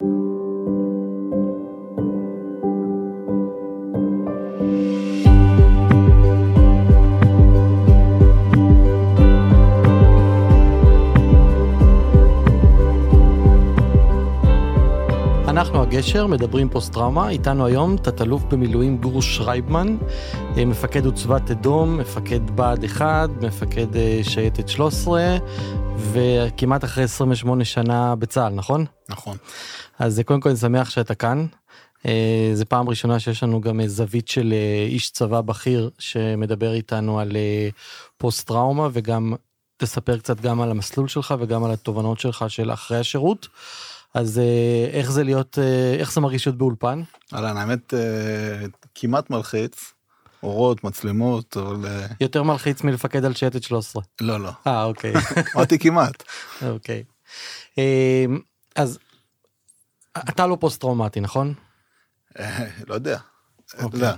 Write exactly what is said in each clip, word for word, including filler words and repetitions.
אנחנו הגשר, מדברים פוסט-טראומה, איתנו היום תת-אלוף במילואים גור שרייבמן, מפקד עוצבת אדום, מפקד בה"ד אחד, מפקד שייטת שלוש עשרה, וכמעט אחרי עשרים ושמונה שנה בצה"ל, נכון? נכון. אז קודם כל אני שמח שאתה כאן, זה פעם ראשונה שיש לנו גם זווית של איש צבא בכיר, שמדבר איתנו על פוסט-טראומה, וגם תספר קצת גם על המסלול שלך, וגם על התובנות שלך של אחרי השירות. אז איך זה להיות, איך זה מרגיש להיות באולפן? אהלן, האמת, כמעט מלחיץ, אורות, מצלמות, אבל... יותר מלחיץ מלפקד על שייטת שלוש עשרה. לא, לא. אה, אוקיי. אמרתי כמעט. אוקיי. אז, אתה לא פוסט-טראומטי, נכון? לא יודע. לא יודע.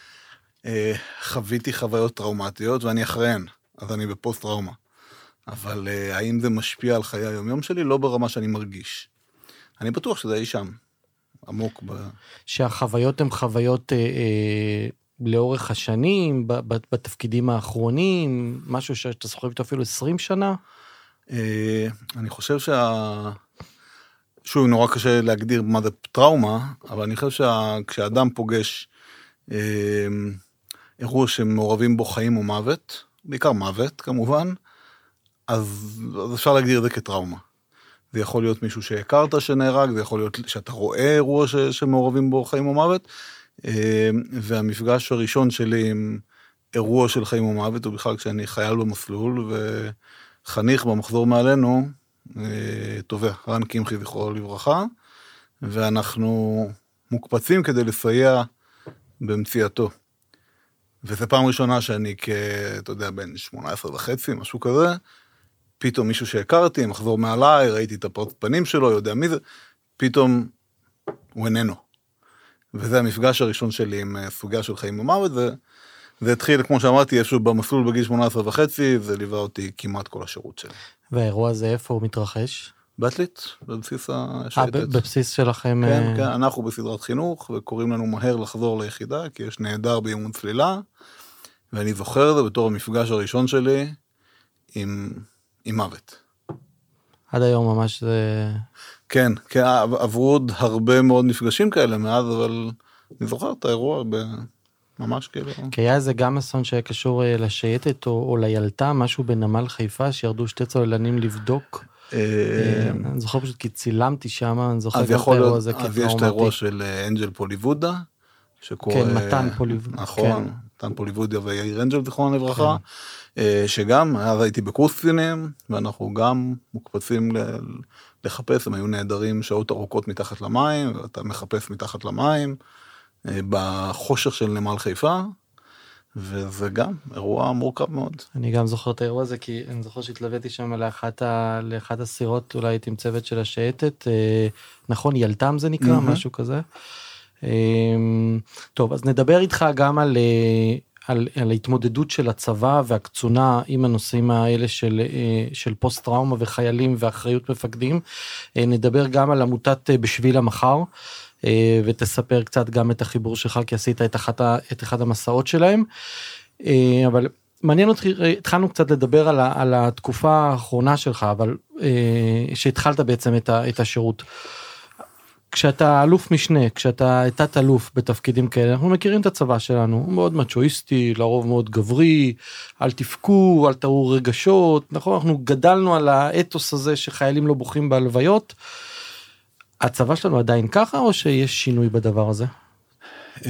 חוויתי חוויות טראומטיות, ואני אחריהן, אז אני בפוסט-טראומה. אבל האם זה משפיע על חיי היום-יום שלי? לא ברמה שאני מרגיש. אני בטוח שזה אי שם, עמוק ב... שהחוויות הן חוויות אה, אה, לאורך השנים, ב- ב- בתפקידים האחרונים, משהו שאתה זוכר איתו אפילו עשרים שנה? אה, אני חושב שה... שוב, נורא קשה להגדיר מה זה טראומה, אבל אני חושב שכשאדם פוגש אה, אירוע שמעורבים בו חיים או מוות, בעיקר מוות כמובן, אז, אז אפשר להגדיר את זה כטראומה. זה יכול להיות מישהו שהכרת שנהרג, זה יכול להיות שאתה רואה אירוע ש, שמעורבים בו חיים או מוות, והמפגש הראשון שלי עם אירוע של חיים או מוות, הוא בכלל כשאני חייל במסלול, וחניך במחזור מעלינו, טובה, רן קמחי זכרו לברכה, ואנחנו מוקפצים כדי לסייע במציאתו. וזו פעם ראשונה שאני כ, אתה יודע, בן שמונה עשרה וחצי, משהו כזה, פתאום מישהו שהכרתי, מחזור מעליי, ראיתי את הפרט פנים שלו, יודע מי זה, פתאום הוא איננו. וזה המפגש הראשון שלי עם סוגיה של חיים ומוות, זה התחיל, כמו שאמרתי, איפשהו במסלול בגיל שמונה עשרה וחצי, זה ליווה אותי כמעט כל השירות שלי. והאירוע הזה איפה הוא מתרחש? בעתלית, בבסיס השייטת. אה, בבסיס שלכם? כן, כן, אנחנו בסדרת חינוך, וקוראים לנו מהר לחזור ליחידה, כי יש נהדר באימון צלילה, ואני זוכר את זה בתור המפגש הראשון שלי עם... עם מוות. עד היום ממש זה... כן, כן, עברו עוד הרבה מאוד מפגשים כאלה מאז, אבל אני זוכר את האירוע ממש כאילו. כי היה איזה גם אסון שהיה קשור לשייטת או, או לילתה, משהו בנמל חיפה, שירדו שתי צוללנים לבדוק. אני זוכר פשוט כי צילמתי שם, אני זוכר גם את האירוע הזה כטראומטי. אז יש את האירוע של אנג'ל פוליוודה, כן, מתן פוליוודה. נכון, מתן פוליוודה ויאיר אנג'ל זכרון לברכה. שגם, אז הייתי בקורס קצינים, ואנחנו גם מוקפצים לחפש, הם היו נהדרים שעות ארוכות מתחת למים, ואתה מחפש מתחת למים, בחושך של נמל חיפה, וזה גם אירוע מורכב מאוד. אני גם זוכר את האירוע הזה, כי אני זוכר שהתלוויתי שם לאחת, ה, לאחת הסירות, אולי הייתי עם צוות של השייטת, נכון, ילתם זה נקרא, mm-hmm. משהו כזה. טוב, אז נדבר איתך גם על... על, על ההתמודדות של הצבא והקצונה עם הנושאים האלה של, של פוסט-טראומה וחיילים ואחריות מפקדים. נדבר גם על עמותת בשביל המחר, ותספר קצת גם את החיבור שלך, כי עשית את אחת, את אחד המסעות שלהם. אבל מעניין אותי, התחלנו קצת לדבר על, על התקופה האחרונה שלך, אבל שהתחלת בעצם את, את השירות. כשאתה אלוף משנה, כשאתה תת אלוף בתפקידים כאלה, אנחנו מכירים את הצבא שלנו, הוא מאוד מצ'ואיסטי, לרוב מאוד גברי, אל תפקו, אל תראו רגשות, נכון? אנחנו גדלנו על האתוס הזה שחיילים לא בוכים בהלוויות. הצבא שלנו עדיין ככה, או שיש שינוי בדבר הזה? אתה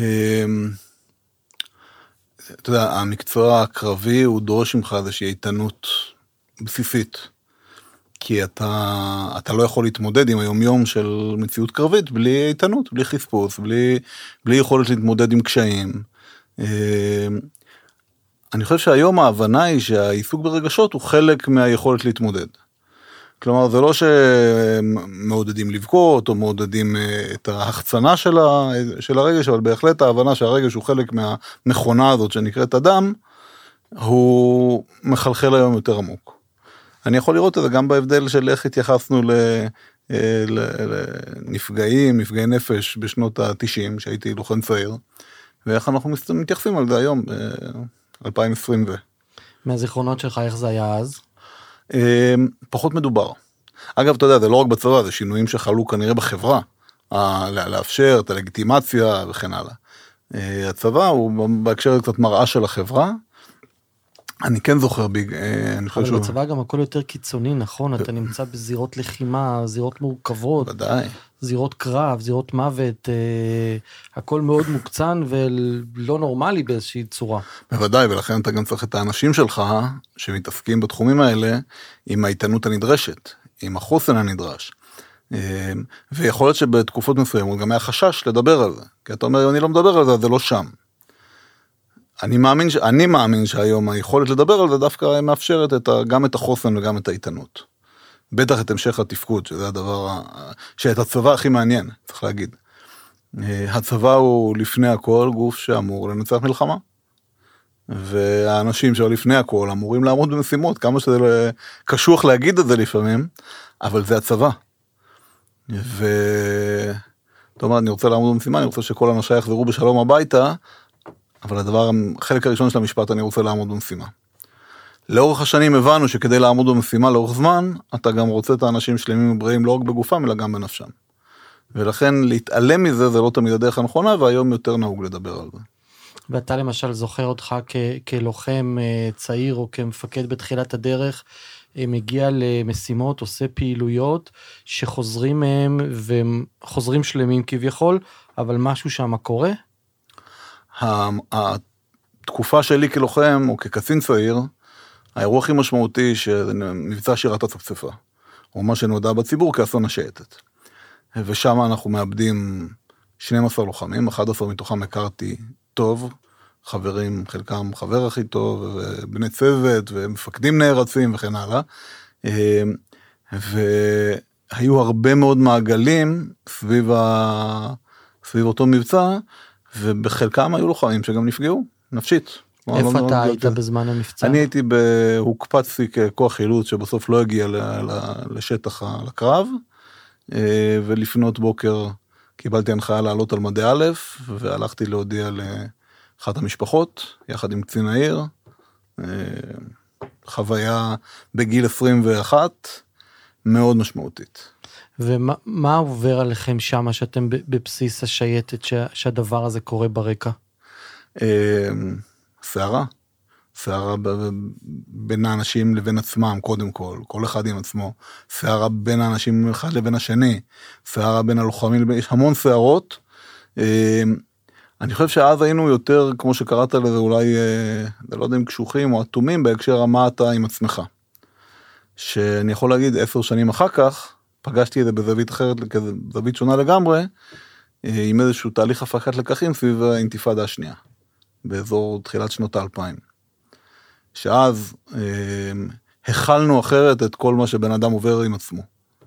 יודע, המקצוע הקרבי הוא דורש ממך איזושהי איתנות בסיסית. כי אתה, אתה לא יכול להתמודד עם היומיום של מציאות קרבית, בלי איתנות, בלי חספוס, בלי, בלי יכולת להתמודד עם קשיים. אני חושב שהיום ההבנה היא שהעיסוק ברגשות הוא חלק מהיכולת להתמודד. כלומר, זה לא שמעודדים לבכות, או מעודדים את ההחצנה של, ה, של הרגש, אבל בהחלט ההבנה שהרגש הוא חלק מהמכונה הזאת שנקראת אדם, הוא מחלחל היום יותר עמוק. אני יכול לראות את זה גם בהבדל של איך התייחסנו לנפגעים, נפגעי נפש בשנות ה-תשעים, שהייתי לוחם צעיר, ואיך אנחנו מתייחסים על זה היום, ב-אלפיים עשרים. מהזיכרונות שלך, איך זה היה אז? פחות מדובר. אגב, אתה יודע, זה לא רק בצבא, זה שינויים שחלו כנראה בחברה, לאפשר את הלגיטימציה וכן הלאה. הצבא הוא בהקשר קצת מראה של החברה, אני כן זוכר ביג, אני חושב שהוא... אבל בצבא גם הכל יותר קיצוני, נכון? אתה נמצא בזירות לחימה, זירות מורכבות. ודאי. זירות קרב, זירות מוות, הכל מאוד מוקצן ולא נורמלי באיזושהי צורה. בוודאי, ולכן אתה גם צריך את האנשים שלך, שמתעסקים בתחומים האלה, עם האיתנות הנדרשת, עם החוסן הנדרש. ויכול להיות שבתקופות מסוימות גם היה חשש לדבר על זה. כי אתה אומר, אני לא מדבר על זה, זה לא שם. אני מאמין, ש... אני מאמין שהיום היכולת לדבר על זה דווקא מאפשרת את ה... גם את החוסן וגם את האיתנות. בטח את המשך התפקוד, שזה הדבר, ה... שאת הצבא הכי מעניין, צריך להגיד. הצבא הוא לפני הכל גוף שאמור לנצח מלחמה. והאנשים שהיו לפני הכל אמורים לעמוד במשימות, כמה שזה קשוח להגיד את זה לפעמים, אבל זה הצבא. ו... זאת אומרת, אני רוצה לעמוד במשימה, אני רוצה שכל אנשי יחזרו בשלום הביתה, אבל הדבר, החלק הראשון של המשפט, אני רוצה לעמוד במשימה. לאורך השנים הבנו שכדי לעמוד במשימה לאורך זמן, אתה גם רוצה את האנשים שלמים ובריאים לא רק בגופם, אלא גם בנפשם. ולכן להתעלם מזה, זה לא תמיד הדרך הנכונה, והיום יותר נהוג לדבר על זה. ואתה למשל זוכר אותך כ- כלוחם צעיר, או כמפקד בתחילת הדרך, מגיע למשימות, עושה פעילויות, שחוזרים מהם, וחוזרים שלמים כביכול, אבל משהו שם קורה? התקופה שלי כלוחם או כקצין צעיר, האירוע הכי משמעותי שמבצע שירת הצפצפה, או מה שנודע בציבור כאסון השייטת. ושם אנחנו מאבדים שנים עשר לוחמים, אחד עשר מתוכם הכרתי טוב, חברים, חלקם חבר הכי טוב, ובני צוות, ומפקדים נערצים וכן הלאה. והיו הרבה מאוד מעגלים סביב, ה... סביב אותו מבצע, ובחלקם היו לוחמים שגם נפגעו, נפשית. איפה אתה היית בזמן המבצע? אני הייתי, הוקפצתי ככוח חילוץ שבסוף לא הגיע לשטח לקרב, ולפנות בוקר קיבלתי הנחיה לעלות על מדי א', והלכתי להודיע לאחת המשפחות, יחד עם קצין העיר, חוויה בגיל עשרים ואחת, מאוד משמעותית. ומה עובר עליכם שם, שאתם בבסיס השייטת, שהדבר הזה קורה ברקע? שערה, שערה בין האנשים לבין עצמם, קודם כל, כל אחד עם עצמו, שערה בין האנשים אחד לבין השני, שערה בין הלוחמים, יש המון שערות. אני חושב שאז היינו יותר, כמו שקראת לזה, אולי, אני לא יודע אם קשוחים או אטומים, בהקשר מה אתה עם עצמך. שאני יכול להגיד, עשר שנים אחר כך, פגשתי את זה בזווית אחרת, זווית שונה לגמרי, עם איזשהו תהליך הפקת לקחים סביב האינתיפאדה השנייה, באזור תחילת שנות האלפיים. שאז אה, החלנו אחרת את כל מה שבן אדם עובר עם עצמו.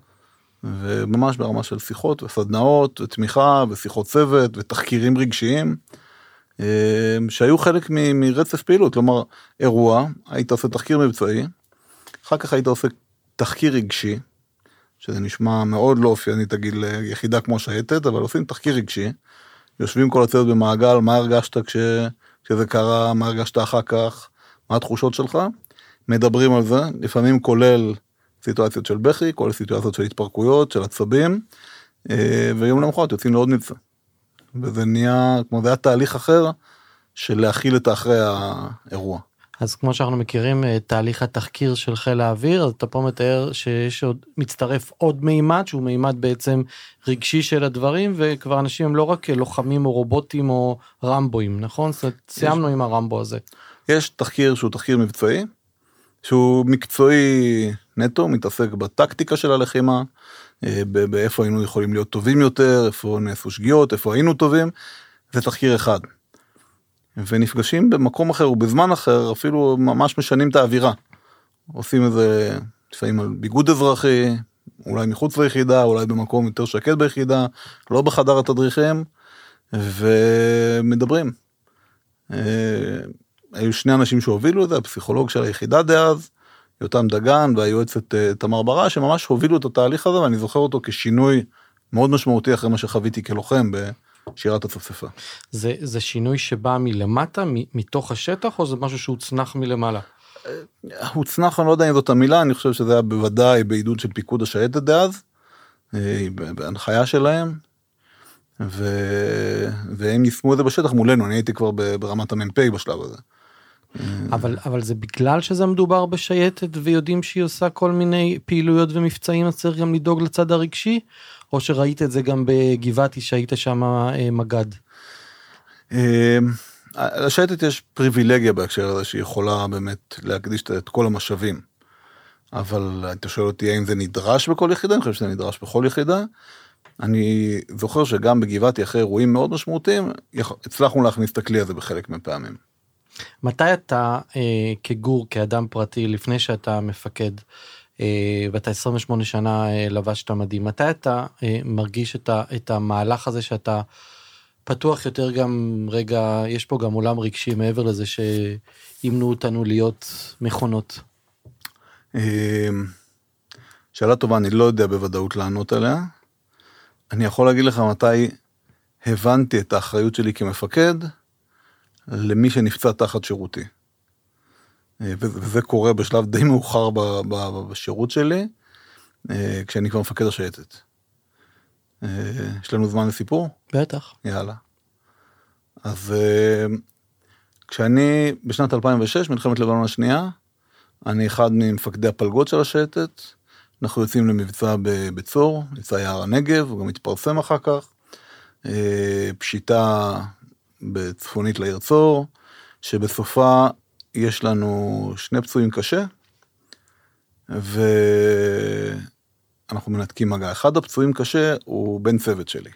וממש ברמה של שיחות וסדנאות ותמיכה ושיחות צוות ותחקירים רגשיים, אה, שהיו חלק מ- מרצף פעילות, כלומר אירוע, היית עושה תחקיר מבצעי, אחר כך היית עושה תחקיר רגשי, שזה נשמע מאוד לא אופייני, תגיד ליחידה כמו שייטת, אבל עושים תחקיר רגשי, יושבים כל הצוות במעגל, מה הרגשת כש, כשזה קרה, מה הרגשת אחר כך, מה התחושות שלך, מדברים על זה, לפעמים כולל סיטואציות של בכי, כולל סיטואציות של התפרקויות, של עצבים, ויום למחרת יוצאים לעוד מבצע. וזה נהיה, כמו זה היה תהליך אחר, של להכיל את האחרי האירוע. אז כמו שאנחנו מכירים תהליך התחקיר של חיל האוויר, אז אתה פה מתאר שיש עוד, מצטרף עוד מימד, שהוא מימד בעצם רגשי של הדברים, וכבר אנשים הם לא רק לוחמים או רובוטים או רמבואים, נכון? יש, סיימנו עם הרמבו הזה. יש תחקיר שהוא תחקיר מבצעי, שהוא מקצועי נטו, מתעסק בטקטיקה של הלחימה, באיפה היינו יכולים להיות טובים יותר, איפה נעשו שגיאות, איפה היינו טובים, זה תחקיר אחד. ונפגשים במקום אחר ובזמן אחר, אפילו ממש משנים את האווירה. עושים איזה, לפעמים על ביגוד אזרחי, אולי מחוץ ליחידה, אולי במקום יותר שקט ביחידה, לא בחדר התדריכים, ומדברים. היו שני אנשים שהובילו את זה, הפסיכולוג של היחידה דאז, יותם דגן והיועצת תמר ברש, שממש הובילו את התהליך הזה, ואני זוכר אותו כשינוי מאוד משמעותי אחרי מה שחוויתי כלוחם בשירת הצפצפה. זה, זה שינוי שבא מלמטה, מתוך השטח, או זה משהו שהוצנח מלמעלה? הוצנח, אני לא יודע אם זאת המילה, אני חושב שזה היה בוודאי בעידוד של פיקוד השייטת דאז, בהנחיה שלהם, ו... והם יישמו את זה בשטח מולנו, אני הייתי כבר ברמת המ"פ בשלב הזה. אבל, אבל זה בגלל שזה מדובר בשייטת ויודעים שהיא עושה כל מיני פעילויות ומבצעים, אז צריך גם לדאוג לצד הרגשי, או שראית את זה גם בגבעתי שהיית שם מגד? לשייטת יש פריבילגיה בהקשר הזה, שהיא יכולה באמת להקדיש את כל המשאבים, אבל אתה שואל אותי האם זה נדרש בכל יחידה, אני חושב שזה נדרש בכל יחידה. אני זוכר שגם בגבעתי אחרי אירועים מאוד משמעותיים, הצלחנו להכניס את הכלי הזה בחלק מהפעמים. מתי אתה אה, כגור, כאדם פרטי, לפני שאתה מפקד, אה, ואתה עשרים ושמונה שנה אה, לבשת מדים, מתי אתה אה, מרגיש את, ה, את המהלך הזה שאתה פתוח יותר גם, רגע, יש פה גם עולם רגשי מעבר לזה שאימנו אותנו להיות מכונות? שאלה טובה, אני לא יודע בוודאות לענות עליה. אני יכול להגיד לך מתי הבנתי את האחריות שלי כמפקד, למי שנפצע תחת שירותי. וזה קורה בשלב די מאוחר בשירות שלי, כשאני כבר מפקד השייטת. יש לנו זמן לסיפור? בטח. יאללה. אז כשאני בשנת אלפיים ושש, מלחמת לבנון השנייה, אני אחד ממפקדי הפלגות של השייטת, אנחנו יוצאים למבצע בצור, מבצע יער הנגב, הוא גם מתפרסם אחר כך, פשיטה בצפונית לעיר צור, שבסופה יש לנו שני פצועים קשה, ואנחנו מנתקים מגע. אחד הפצועים קשה הוא בן צוות שלי.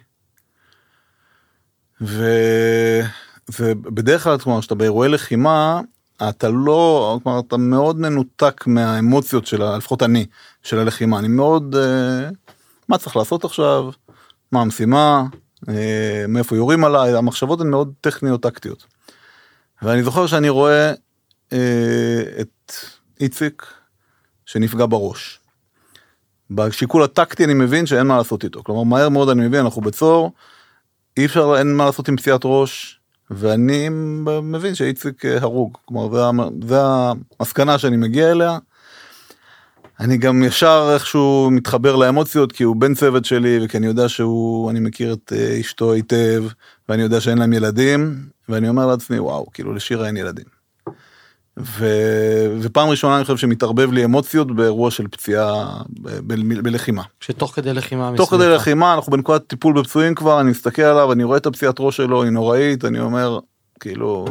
ו... ובדרך כלל, כלומר, שאתה באירועי לחימה, אתה לא, כלומר, אתה מאוד מנותק מהאמוציות של, לפחות אני, של הלחימה. אני מאוד, מה צריך לעשות עכשיו? מה המשימה? מאיפה יורים עליי? המחשבות הן מאוד טכניות, טקטיות. ואני זוכר שאני רואה את איציק שנפגע בראש. בשיקול הטקטי אני מבין שאין מה לעשות איתו. כלומר, מהר מאוד אני מבין, אנחנו בצור, אי אפשר, אין מה לעשות עם פציעת ראש, ואני מבין שאיציק הרוג. כלומר, זה, זה המסקנה שאני מגיע אליה. אני גם ישר איכשהו מתחבר לאמוציות, כי הוא בן צוות שלי, וכי אני יודע שהוא, אני מכיר את אשתו היטב, ואני יודע שאין להם ילדים, ואני אומר לעצמי, וואו, כאילו לשירה אין ילדים. ו... ופעם ראשונה אני חושב שמתערבב לי אמוציות באירוע של פציעה ב... ב... בלחימה. שתוך כדי לחימה. תוך כדי לחימה, אנחנו בנקודת טיפול בפצועים כבר, אני מסתכל עליו, אני רואה את הפציעת ראש שלו, היא נוראית, אני אומר, כאילו,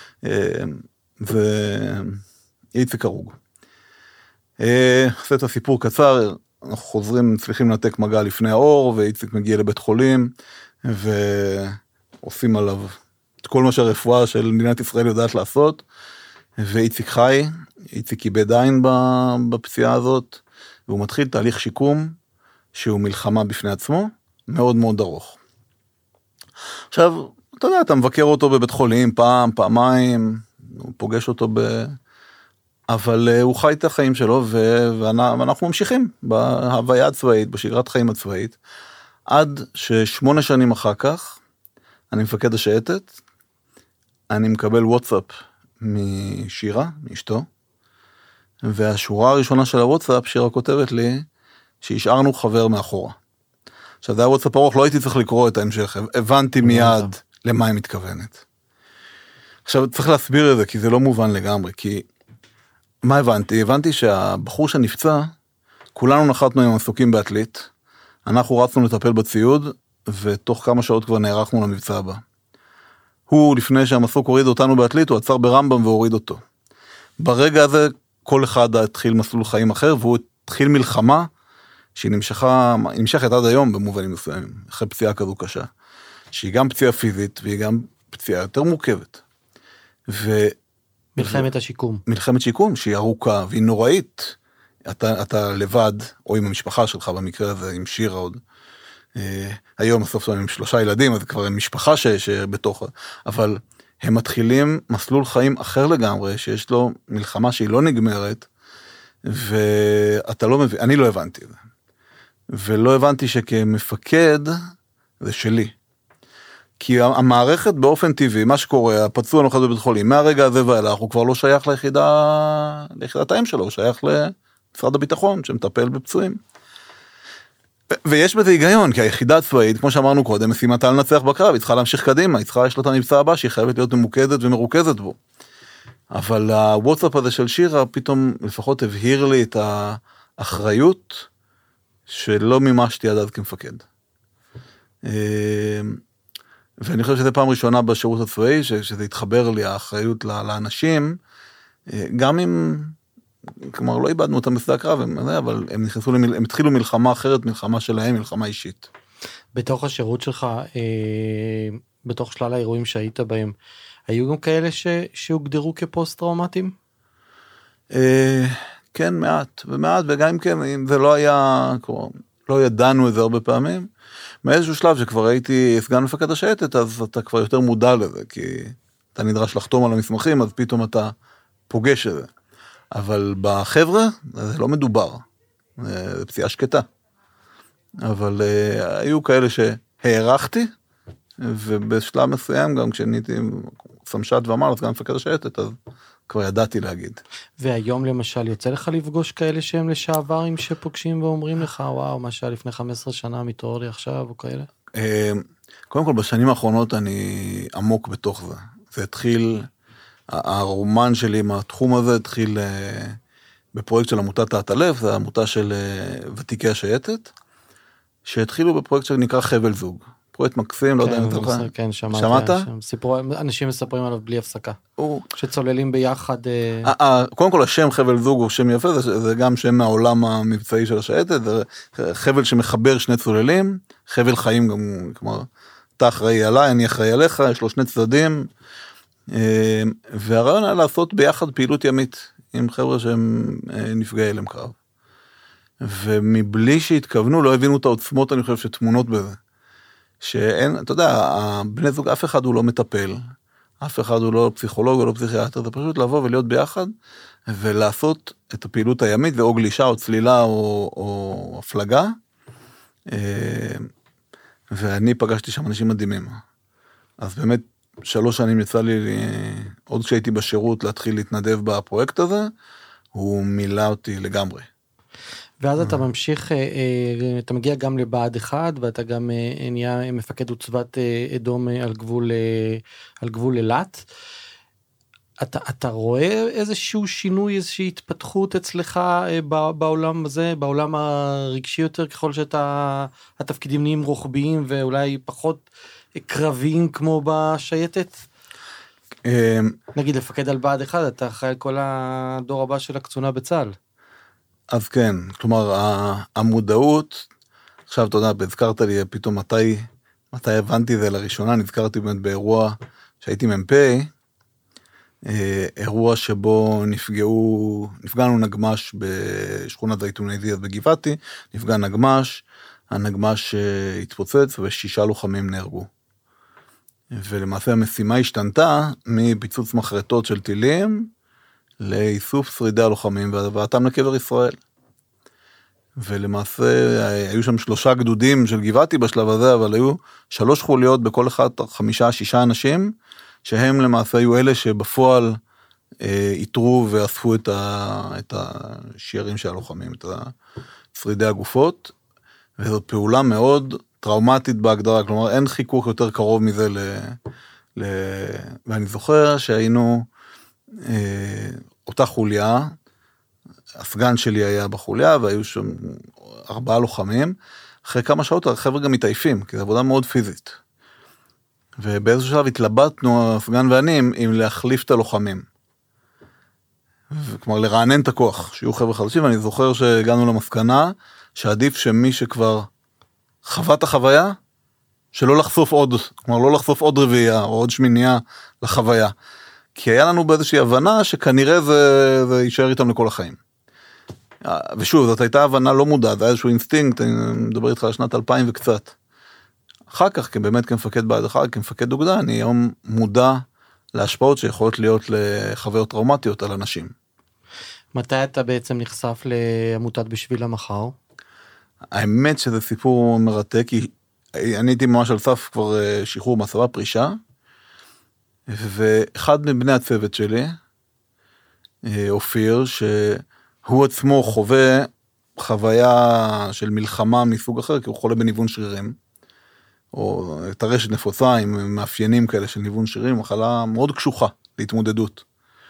ואיציק הרוג. עושה את הסיפור קצר, אנחנו חוזרים, צריכים לנתק מגע לפני האור, ואיציק מגיע לבית חולים, ועושים עליו את כל מה שהרפואה של מדינת ישראל יודעת לעשות, ואיציק חי, איציק איבד עין בפציעה הזאת, והוא מתחיל תהליך שיקום, שהוא מלחמה בפני עצמו, מאוד מאוד ארוך. עכשיו, אתה יודע, אתה מבקר אותו בבית חולים, פעם, פעמיים, הוא פוגש אותו ב... אבל הוא חי את החיים שלו, ואנחנו ממשיכים בהוויה הצבאית, בשגרת חיים הצבאית, עד ששמונה שנים אחר כך, אני מפקד השייטת, אני מקבל וואטסאפ משירה, מאשתו, והשורה הראשונה של הוואטסאפ, שירה כותבת לי, שהשארנו חבר מאחורה. עכשיו, זה היה וואטסאפ ארוך, לא הייתי צריך לקרוא את ההמשך, הבנתי מיד למה היא מתכוונת. עכשיו, צריך להסביר את זה, כי זה לא מובן לגמרי, כי מה הבנתי? הבנתי שהבחור שנפצע, כולנו נחתנו עם המסוקים באטלית, אנחנו רצנו לטפל בציוד, ותוך כמה שעות כבר נערכנו למבצע הבא. הוא, לפני שהמסוק הוריד אותנו באטלית, הוא עצר ברמב"ם והוריד אותו. ברגע הזה, כל אחד התחיל מסלול חיים אחר, והוא התחיל מלחמה, שהיא נמשכה, נמשכת עד היום במובנים מסוימים, אחרי פציעה כזו קשה, שהיא גם פציעה פיזית, והיא גם פציעה יותר מורכבת. ו... מלחמת השיקום. מלחמת שיקום, שהיא ארוכה, והיא נוראית. אתה, אתה לבד, או עם המשפחה שלך, במקרה הזה, עם שירה עוד. היום הסוף שלנו עם שלושה ילדים, אז כבר עם משפחה ש, שבתוך, אבל הם מתחילים מסלול חיים אחר לגמרי, שיש לו מלחמה שהיא לא נגמרת, ואתה לא מבין, אני לא הבנתי את זה. ולא הבנתי שכמפקד זה שלי. כי המערכת באופן טבעי, מה שקורה, הפצוע נוחת בבית חולים, מהרגע הזה ואילך, הוא כבר לא שייך ליחידה, ליחידת האם שלו, הוא שייך למשרד הביטחון, שמטפל בפצועים. ויש בזה היגיון, כי היחידה הצבאית, כמו שאמרנו קודם, משימתה לנצח בקרב, היא צריכה להמשיך קדימה, היא צריכה, יש לה את המבצע הבא, שהיא חייבת להיות ממוקדת ומרוכזת בו. אבל הוואטסאפ הזה של שירה, פתאום לפחות הבהיר לי את האחריות, שלא מימשתי עד אז כמפקד. ואני חושב שזו פעם ראשונה בשירות הצבאי, שזה התחבר לי, האחריות לאנשים, גם אם, כלומר, לא איבדנו אותם בשדה הקרב, אבל הם נכנסו, הם התחילו מלחמה אחרת, מלחמה שלהם, מלחמה אישית. בתוך השירות שלך, בתוך שלל האירועים שהיית בהם, היו גם כאלה שהוגדרו כפוסט-טראומטיים? כן, מעט, ומעט, וגם אם כן, אם זה לא היה, לא ידענו את זה הרבה פעמים, מאיזשהו שלב שכבר הייתי סגן מפקד השייטת, אז אתה כבר יותר מודע לזה, כי אתה נדרש לחתום על המסמכים, אז פתאום אתה פוגש את זה. אבל בחבר'ה, זה לא מדובר, זה פציעה שקטה. אבל uh, היו כאלה שהערכתי, ובשלב מסוים, גם כשניתי סמשת ואמר, סגן מפקד השייטת, אז כבר ידעתי להגיד. והיום למשל, יוצא לך לפגוש כאלה שהם לשעברים שפוגשים ואומרים לך, וואו, מה שהיה לפני חמש עשרה שנה מתעורר לי עכשיו, או כאלה? קודם כל, בשנים האחרונות אני עמוק בתוך זה. זה התחיל, הרומן שלי עם התחום הזה התחיל בפרויקט של עמותת תעטלף, זה העמותה של ותיקי השייטת, שהתחילו בפרויקט שנקרא חבל זוג. פרויקט מקסים, לא יודע אם אתה זוכר. כן, שמעתי. שמעת? אנשים מספרים עליו בלי הפסקה. שצוללים ביחד. קודם כל, השם חבל זוג הוא שם יפה, זה גם שם מהעולם המבצעי של השייטת, זה חבל שמחבר שני צוללים, חבל חיים גם, כלומר, אתה אחראי עליי, אני אחראי עליך, יש לו שני צדדים, והרעיון היה לעשות ביחד פעילות ימית, עם חבר'ה שהם נפגעי הלם קרב. ומבלי שהתכוונו, לא הבינו את העוצמות, אני חושב, שתמונות בזה. שאין, אתה יודע, הבני זוג, אף אחד הוא לא מטפל, אף אחד הוא לא פסיכולוג או לא פסיכיאטר, זה פשוט לבוא ולהיות ביחד, ולעשות את הפעילות הימית, ואו גלישה או צלילה או, או הפלגה, ואני פגשתי שם אנשים מדהימים. אז באמת, שלוש שנים יצא לי, עוד כשהייתי בשירות, להתחיל להתנדב בפרויקט הזה, הוא מילא אותי לגמרי. ואז אתה ממשיך, אתה מגיע גם לבה"ד אחד, ואתה גם נהיה מפקד עוצבת אדום על גבול, על גבול אילת. אתה, אתה רואה איזשהו שינוי, איזושהי התפתחות אצלך בעולם הזה, בעולם הרגשי יותר, ככל שאתה, התפקידים נהיים רוחביים, ואולי פחות קרביים כמו בשייטת? נגיד לפקד על בה"ד אחד, אתה אחראי על כל הדור הבא של הקצונה בצה"ל. אז כן, כלומר, המודעות, עכשיו אתה יודע, הזכרת לי פתאום מתי, מתי הבנתי זה לראשונה, נזכרתי באמת באירוע שהייתי מ"פ, אירוע שבו נפגעו, נפגענו נגמש בשכונת זייתוני זיאז בגבעתי, נפגע נגמש, הנגמש התפוצץ ושישה לוחמים נהרגו. ולמעשה המשימה השתנתה מפיצוץ מחרטות של טילים, לאיסוף שרידי הלוחמים והבאתם לקבר ישראל. ולמעשה היו שם שלושה גדודים של גבעתי בשלב הזה, אבל היו שלוש חוליות בכל אחד חמישה, שישה אנשים, שהם למעשה היו אלה שבפועל אה, איתרו ואספו את, ה, את השיירים של הלוחמים, את שרידי הגופות, וזאת פעולה מאוד טראומטית בהגדרה, כלומר אין חיכוך יותר קרוב מזה ל... ל... ואני זוכר שהיינו אה, אותה חוליה, הסגן שלי היה בחוליה, והיו שם ארבעה לוחמים, אחרי כמה שעות החבר'ה גם מתעייפים, כי זו עבודה מאוד פיזית. ובאיזשהו שלב התלבטנו, הסגן ואני, אם להחליף את הלוחמים. כלומר, לרענן את הכוח, שיהיו חבר'ה חדשים, ואני זוכר שהגענו למסקנה, שעדיף שמי שכבר חווה את החוויה, שלא לחשוף עוד, כלומר, לא לחשוף עוד רביעייה, או עוד שמינייה לחוויה. כי היה לנו באיזושהי הבנה, שכנראה זה, זה יישאר איתם לכל החיים. ושוב, זאת הייתה הבנה לא מודעת, זה היה איזשהו אינסטינקט, אני מדבר איתך על שנת אלפיים וקצת. אחר כך, באמת כמפקד בה"ד אחד, כמפקד אוגדה, אני היום מודע להשפעות שיכולות להיות לחוויות טראומטיות על אנשים. מתי אתה בעצם נחשף לעמותת בשביל המחר? האמת שזה סיפור מרתק, כי אני הייתי ממש על סף כבר שחרור מהצבא, פרישה, ואחד מבני הצוות שלי, אופיר, שהוא עצמו חווה חוויה של מלחמה מסוג אחר, כי הוא חולה בניוון שרירים, או טרשת נפוצה עם מאפיינים כאלה של ניוון שרירים, מחלה מאוד קשוחה להתמודדות.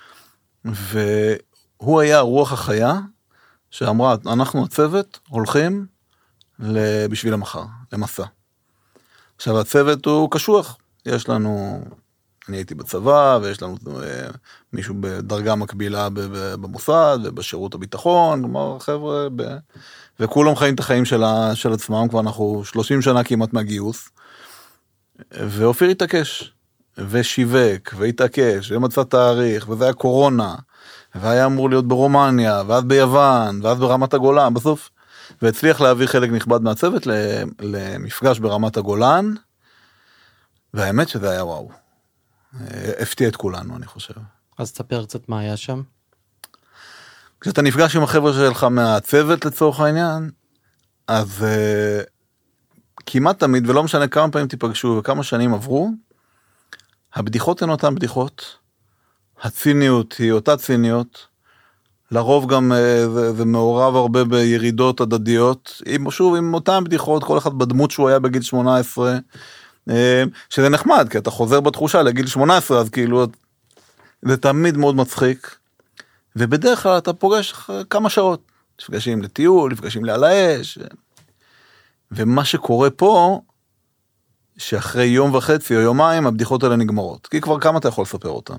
והוא היה רוח החיה, שאמרה, אנחנו הצוות הולכים בשביל המחר, למסע. עכשיו הצוות הוא קשוח, יש לנו, אני הייתי בצבא, ויש לנו מישהו בדרגה מקבילה במוסד, ובשירות הביטחון, כלומר חבר'ה, ב... וכולם חיים את החיים של, ה... של עצמם, כבר אנחנו שלושים שנה כמעט מהגיוס, ואופיר התעקש, ושיווק, והתעקש, ומצא תאריך, וזה היה קורונה, והיה אמור להיות ברומניה, ואז ביוון, ואז ברמת הגולן, בסוף, והצליח להביא חלק נכבד מהצוות למפגש ברמת הגולן, והאמת שזה היה וואו. הפתיע את כולנו, אני חושב. אז תספר קצת מה היה שם. כשאתה נפגש עם החבר'ה שלך מהצוות לצורך העניין, אז uh, כמעט תמיד, ולא משנה כמה פעמים תיפגשו וכמה שנים עברו, הבדיחות הן אותן בדיחות, הציניות היא אותה ציניות, לרוב גם uh, זה, זה מעורב הרבה בירידות הדדיות, עם, שוב עם אותן בדיחות, כל אחד בדמות שהוא היה בגיל שמונה עשרה, שזה נחמד, כי אתה חוזר בתחושה לגיל שמונה עשרה, אז כאילו, זה תמיד מאוד מצחיק, ובדרך כלל אתה פוגש כמה שעות, נפגשים לטיול, נפגשים לעל האש, ומה שקורה פה, שאחרי יום וחצי או יומיים, הבדיחות האלה נגמרות, כי כבר כמה אתה יכול לספר אותם,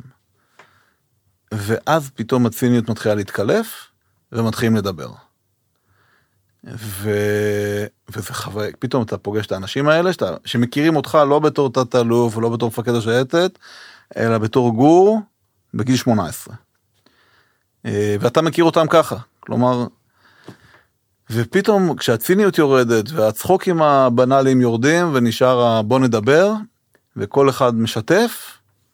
ואז פתאום הציניות מתחילה להתקלף, ומתחילים לדבר. ו... וזה חווה, פתאום אתה פוגש את האנשים האלה, שאתה... שמכירים אותך לא בתור תת-אלוף, ולא בתור מפקד השייטת, אלא בתור גור, בגיל שמונה עשרה. ואתה מכיר אותם ככה, כלומר, ופתאום כשהציניות יורדת, והצחוקים הבנאליים יורדים, ונשאר בוא נדבר, וכל אחד משתף,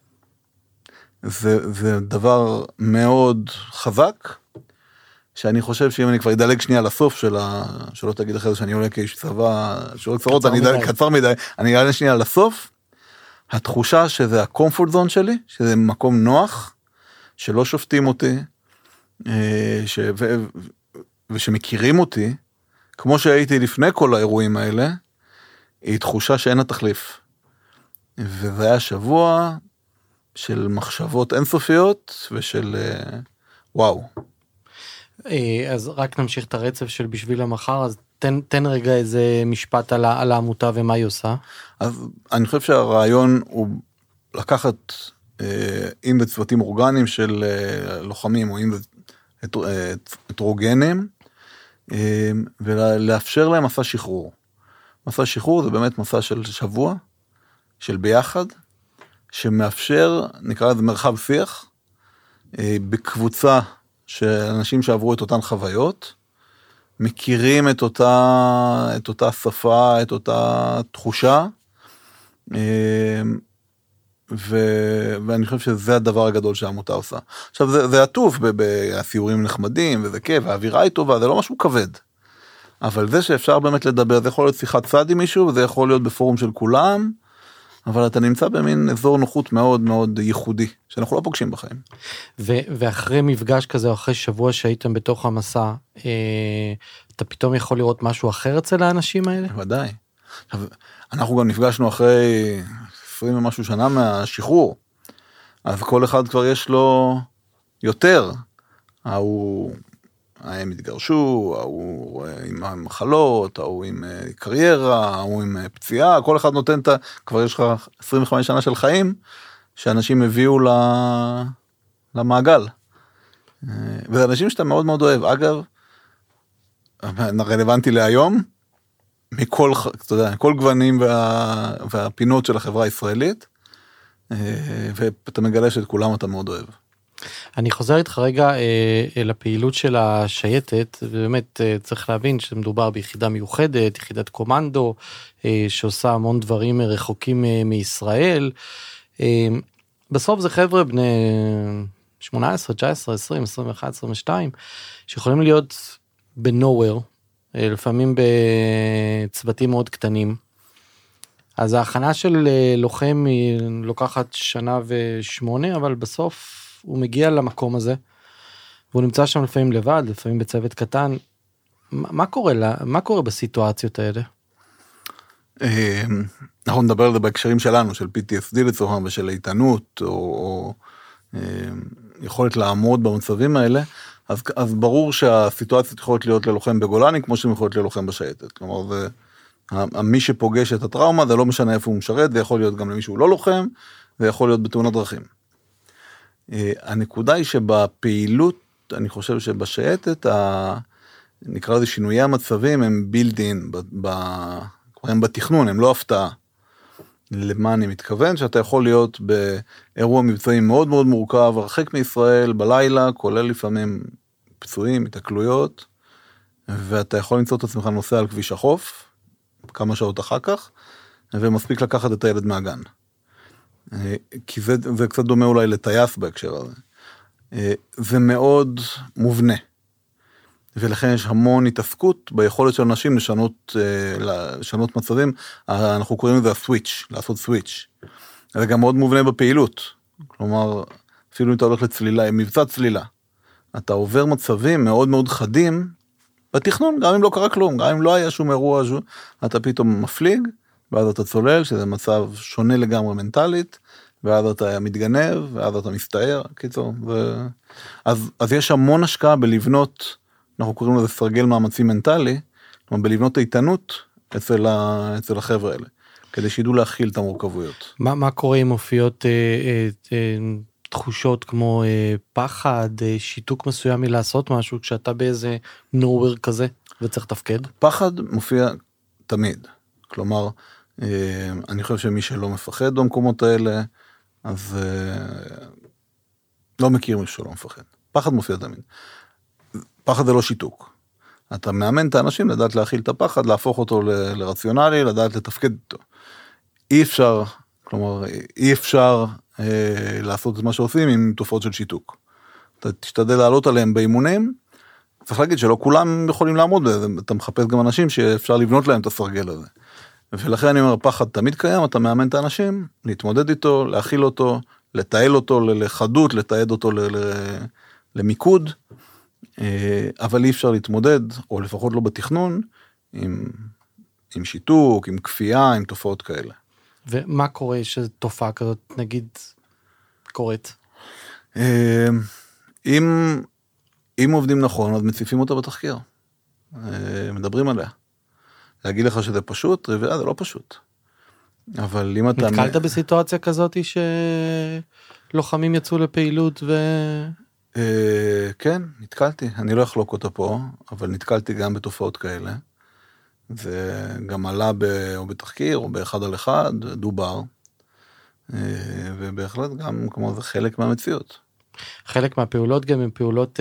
זה, זה דבר מאוד חזק, שאני חושב שאם אני כבר אדלג שנייה לסוף של ה... שלא תגיד אחרי זה שאני עולה כאיש צבא, שלא קצרות, אני אדלג, קצר מדי, אני אעלה שנייה לסוף, התחושה שזה הקומפורט זון שלי, שזה מקום נוח, שלא שופטים אותי, ש... ו... ושמכירים אותי, כמו שהייתי לפני כל האירועים האלה, היא תחושה שאין התחליף. וזה היה שבוע של מחשבות אינסופיות, ושל וואו. אז רק נמשיך את הרצף של בשביל המחר, אז תן, תן רגע איזה משפט על, על העמותה ומה היא עושה. אז אני חושב שהרעיון הוא לקחת, אם בצוותים אורגניים של לוחמים, או אם הטרוגנים, ולאפשר להם מסע שחרור. מסע שחרור זה באמת מסע של שבוע, של ביחד, שמאפשר, נקרא לזה מרחב שיח, בקבוצה של אנשים שעברו את אותן חוויות, מכירים את אותה, את אותה שפה, את אותה תחושה, ו, ואני חושב שזה הדבר הגדול שהעמותה עושה. עכשיו, זה, זה עטוף בסיורים נחמדים, וזה כיף, והאווירה היא טובה, זה לא משהו כבד. אבל זה שאפשר באמת לדבר, זה יכול להיות שיחת צד עם מישהו, וזה יכול להיות בפורום של כולם, אבל אתה נמצא במין אזור נוחות מאוד מאוד ייחודי, שאנחנו לא פוגשים בחיים. ו- ואחרי מפגש כזה, או אחרי שבוע שהייתם בתוך המסע, אה, אתה פתאום יכול לראות משהו אחר אצל האנשים האלה? ודאי. עכשיו, אנחנו גם נפגשנו אחרי עשרים ומשהו שנה מהשחרור, אז כל אחד כבר יש לו יותר. ההוא, הם התגרשו, ההוא עם מחלות, ההוא עם קריירה, ההוא עם פציעה, כל אחד נותן את ה... כבר יש לך עשרים וחמש שנה של חיים, שאנשים הביאו למעגל. וזה אנשים שאתה מאוד מאוד אוהב. אגב, רלוונטי להיום, מכל, אתה יודע, כל גוונים וה, והפינות של החברה הישראלית, ואתה מגלה שאת כולם אתה מאוד אוהב. אני חוזר איתך רגע אה, לפעילות של השייטת, ובאמת אה, צריך להבין שמדובר ביחידה מיוחדת, יחידת קומנדו, אה, שעושה המון דברים רחוקים אה, מישראל. אה, בסוף זה חבר'ה בני שמונה עשרה, תשע עשרה, עשרים, עשרים ואחת, עשרים ושתיים, שיכולים להיות ב-nowhere, לפעמים בצוותים מאוד קטנים. אז ההכנה של לוחם היא לוקחת שנה ושמונה, אבל בסוף הוא מגיע למקום הזה, והוא נמצא שם לפעמים לבד, לפעמים בצוות קטן. מה קורה לה, מה קורה בסיטואציות האלה? אנחנו נדבר על זה בהקשרים שלנו, של פי טי אס די לצורך ושל איתנות, או, או יכולת לעמוד במצבים האלה, אז, אז ברור שהסיטואציות יכולות להיות ללוחם בגולני, כמו שהן יכולות ללוחם בשייטת. כלומר, זה, מי שפוגש את הטראומה, זה לא משנה איפה הוא משרת, זה יכול להיות גם למי שהוא לא לוחם, זה יכול להיות בתאונת דרכים. הנקודה היא שבפעילות, אני חושב שבשייטת, נקרא לזה שינויי המצבים, הם בילד-אין, הם בתכנון, הם לא הפתעה. למה אני מתכוון? שאתה יכול להיות באירוע מבצעי מאוד מאוד מורכב, הרחק מישראל, בלילה, כולל לפעמים פצועים, התקלויות, ואתה יכול למצוא את עצמך נוסע על כביש החוף, כמה שעות אחר כך, ומספיק לקחת את הילד מהגן. כי זה, זה קצת דומה אולי לטייס בהקשר הזה. זה מאוד מובנה. ולכן יש המון התעסקות ביכולת של אנשים לשנות, לשנות מצבים. אנחנו קוראים לזה הסוויץ', לעשות סוויץ'. זה גם מאוד מובנה בפעילות. כלומר, אפילו אם אתה הולך לצלילה, מבצע צלילה, אתה עובר מצבים מאוד מאוד חדים בתכנון, גם אם לא קרה כלום, גם אם לא היה שום אירוע, אתה פתאום מפליג, ואז אתה צולל, שזה מצב שונה לגמרי מנטלית, ואז אתה מתגנב, ואז אתה מסתער, קיצור. ו... אז, אז יש המון השקעה בלבנות, אנחנו קוראים לזה סרגל מאמצי מנטלי, כלומר בלבנות איתנות אצל, ה... אצל החבר'ה האלה, כדי שידעו להכיל את המורכבויות. מה, מה קורה אם מופיעות אה, אה, אה, תחושות כמו אה, פחד, אה, שיתוק מסוים מלעשות משהו, כשאתה באיזה nowhere כזה וצריך תפקד? פחד מופיע תמיד, כלומר, אה, אני חושב שמי שלא מפחד במקומות האלה, אז אה, לא מכיר מי שלא מפחד. פחד מופיע תמיד. פחד זה לא שיתוק. אתה מאמן את האנשים לדעת להכיל את הפחד, להפוך אותו ל- לרציונלי, לדעת לתפקד אותו. אי אפשר, כלומר, אי אפשר אה, לעשות את מה שעושים עם תופעות של שיתוק. אתה תשתדל לעלות עליהם באימונים, צריך להגיד שלא כולם יכולים לעמוד בזה, אתה מחפש גם אנשים שאפשר לבנות להם את הסרגל הזה. ולכן אני אומר, פחד תמיד קיים, אתה מאמן את האנשים, להתמודד איתו, להכיל אותו, לתעל אותו לחדות, לתעד אותו ל- ל- למיקוד, אבל אי אפשר להתמודד, או לפחות לא בתכנון, עם, עם שיתוק, עם כפייה, עם תופעות כאלה. ומה קורה שתופעה כזאת, נגיד, קורית? אם, אם עובדים נכון, אז מציפים אותה בתחקיר. מדברים עליה. להגיד לך שזה פשוט, טריוויה, זה לא פשוט. אבל אם אתה... נתקלת בסיטואציה כזאת שלוחמים יצאו לפעילות ו... כן, נתקלתי. אני לא אחלוק אותה פה, אבל נתקלתי גם בתופעות כאלה. זה גם עלה או בתחקיר, או באחד על אחד, דובר. ובהחלט גם, כמו זה חלק מהמציאות. חלק מהפעולות גם הן פעולות...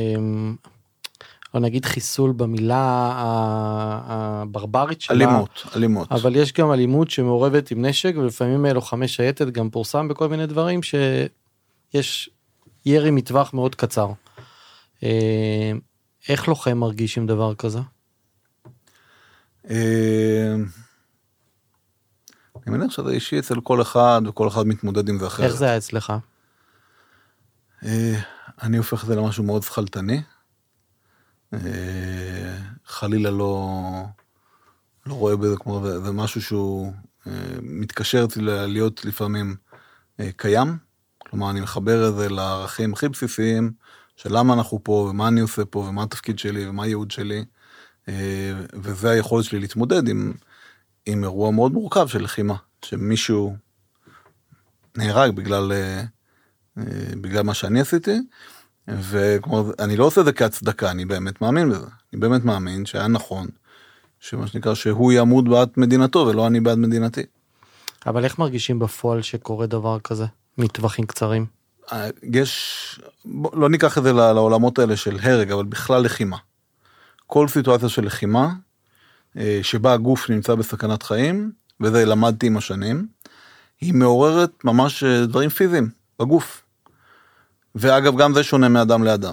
או נגיד חיסול במילה הברברית שלה. אלימות, אלימות. אבל יש גם אלימות שמעורבת עם נשק, ולפעמים לוחמי שייטת גם פורסם בכל מיני דברים, שיש ירי מטווח מאוד קצר. איך לוחם מרגיש עם דבר כזה? אני מניח שזה אישי אצל כל אחד, וכל אחד מתמודד עם זה אחרת. איך זה היה אצלך? אני הופך את זה למשהו מאוד שכלתני. חלילה לא לא רואה בזה כמו זה, זה משהו שהוא מתקשר להיות לפעמים קיים, כלומר אני מחבר את זה לערכים הכי בסיסיים של למה אנחנו פה ומה אני עושה פה ומה התפקיד שלי ומה הייעוד שלי, וזה היכולת שלי להתמודד עם, עם אירוע מאוד מורכב של לחימה, שמישהו נהרג בגלל, בגלל מה שאני עשיתי, וכלומר, אני לא עושה את זה כהצדקה, אני באמת מאמין בזה. אני באמת מאמין שהיה נכון, שמה שנקרא, שהוא יעמוד בעד מדינתו, ולא אני בעד מדינתי. אבל איך מרגישים בפועל שקורה דבר כזה, מטווחים קצרים? יש, לא ניקח את זה לעולמות האלה של הרג, אבל בכלל לחימה. כל סיטואציה של לחימה, שבה הגוף נמצא בסכנת חיים, וזה למדתי עם השנים, היא מעוררת ממש דברים פיזיים בגוף. ואגב, גם זה שונה מאדם לאדם.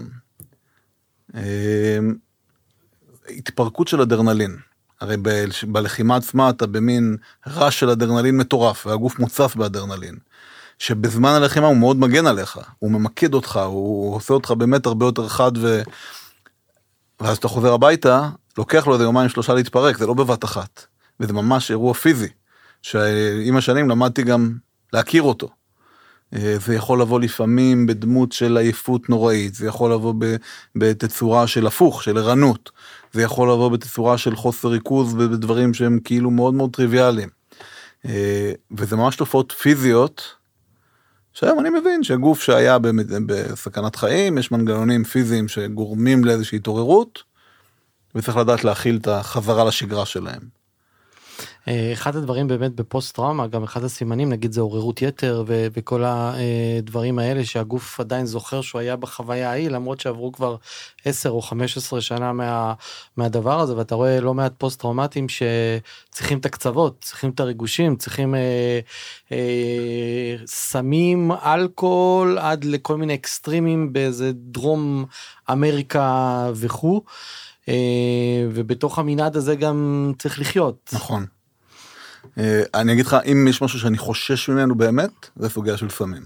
התפרקות של אדרנלין. הרי ב- בלחימה עצמה אתה במין רעש של אדרנלין מטורף, והגוף מוצף באדרנלין. שבזמן הלחימה הוא מאוד מגן עליך, הוא ממקד אותך, הוא עושה אותך באמת הרבה יותר חד, ו... ואז אתה חוזר הביתה, לוקח לו איזה יומיים שלושה להתפרק, זה לא בבת אחת. וזה ממש אירוע פיזי, שעם השנים למדתי גם להכיר אותו. זה יכול לבוא לפעמים בדמות של עייפות נוראית, זה יכול לבוא בתצורה של הפוך, של ערנות, זה יכול לבוא בתצורה של חוסר ריכוז בדברים שהם כאילו מאוד מאוד טריוויאליים. וזה ממש תופעות פיזיות, שהיום אני מבין שהגוף שהיה בסכנת חיים, יש מנגנונים פיזיים שגורמים לאיזושהי התעוררות, וצריך לדעת להכיל את החזרה לשגרה שלהם. אחד הדברים באמת בפוסט טראומה, גם אחד הסימנים, נגיד זה עוררות יתר ו- וכל הדברים האלה שהגוף עדיין זוכר שהוא היה בחוויה ההיא, למרות שעברו כבר עשר או חמש עשרה שנה מה, מהדבר הזה, ואתה רואה לא מעט פוסט טראומטיים שצריכים את הקצוות, צריכים את הריגושים, צריכים אה, אה, סמים, אלכוהול, עד לכל מיני אקסטרימים באיזה דרום אמריקה וכו'. ובתוך המנעד הזה גם צריך לחיות. נכון. אני אגיד לך, אם יש משהו שאני חושש ממנו באמת, זה סוגיה של סמים.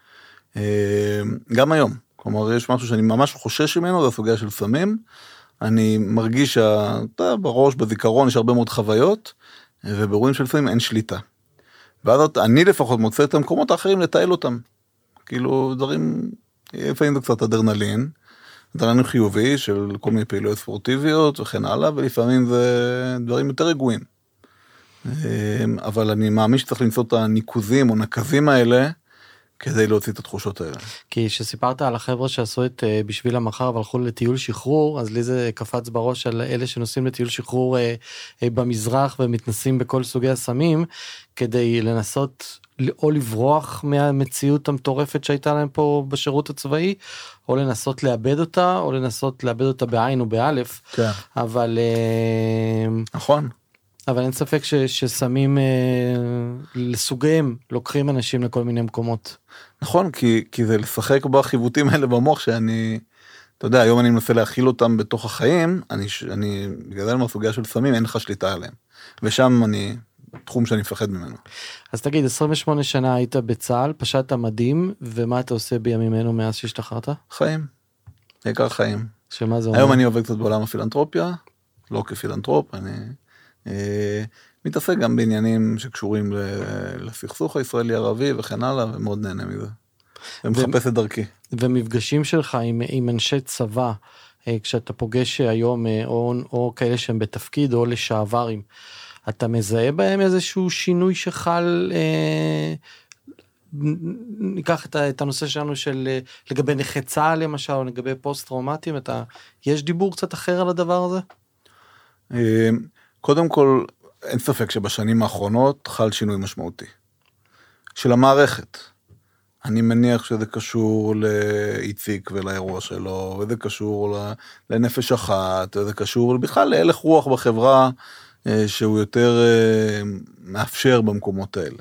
גם היום. כלומר, יש משהו שאני ממש חושש ממנו, זה סוגיה של סמים. אני מרגיש שאתה בראש, בזיכרון, יש הרבה מאוד חוויות, ובאירועים של סמים אין שליטה. ואז אני לפחות מוצא את המקומות האחרים לטייל אותם. כאילו, דברים, לפעמים זה קצת אדרנלין, אדרנלין חיובי של כל מיני פעילויות ספורטיביות וכן הלאה, ולפעמים זה דברים יותר רגועים. אבל אני מאמין שצריך למצוא את הניקוזים או נקזים האלה, כדי להוציא את התחושות האלה. כי שסיפרת על החבר'ה שעשו את בשביל המחר והלכו לטיול שחרור, אז לי זה קפץ בראש על אלה שנוסעים לטיול שחרור במזרח ומתנסים בכל סוגי הסמים, כדי לנסות או לברוח מהמציאות המטורפת שהייתה להם פה בשירות הצבאי, או לנסות לאבד אותה, או לנסות לאבד אותה בעין או באלף. כן. אבל... נכון. אבל אין ספק ש, שסמים אה, לסוגיהם לוקחים אנשים לכל מיני מקומות. נכון, כי, כי זה לשחק בחיווטים האלה במוח שאני, אתה יודע, היום אני מנסה להכיל אותם בתוך החיים, אני, אני בגלל מהסוגיה של סמים, אין לך שליטה עליהם. ושם אני, תחום שאני מפחד ממנו. אז תגיד, עשרים ושמונה שנה היית בצהל, פשטת מדים, ומה אתה עושה בימינו מאז שהשתחררת? חיים. העיקר חיים. שמה זה אומר? היום אני עובד קצת בעולם הפילנטרופיה, לא כפילנטרופ, אני... מתעסק גם בעניינים שקשורים לסכסוך הישראלי-ערבי וכן הלאה, ומאוד נהנה מזה. ומחפש את דרכי. ומפגשים שלך עם, עם אנשי צבא, כשאתה פוגש היום, או, או כאלה שהם בתפקיד, או לשעברים, אתה מזהה בהם איזשהו שינוי שחל, אה, ניקח את, את הנושא שלנו של לגבי נכי צה"ל למשל, או לגבי פוסט-טראומטיים, אתה, יש דיבור קצת אחר על הדבר הזה? קודם כל, אין ספק שבשנים האחרונות חל שינוי משמעותי. של המערכת. אני מניח שזה קשור לאיציק ולאירוע שלו, וזה קשור לנפש אחת, וזה קשור בכלל להלך רוח בחברה, שהוא יותר מאפשר במקומות האלה.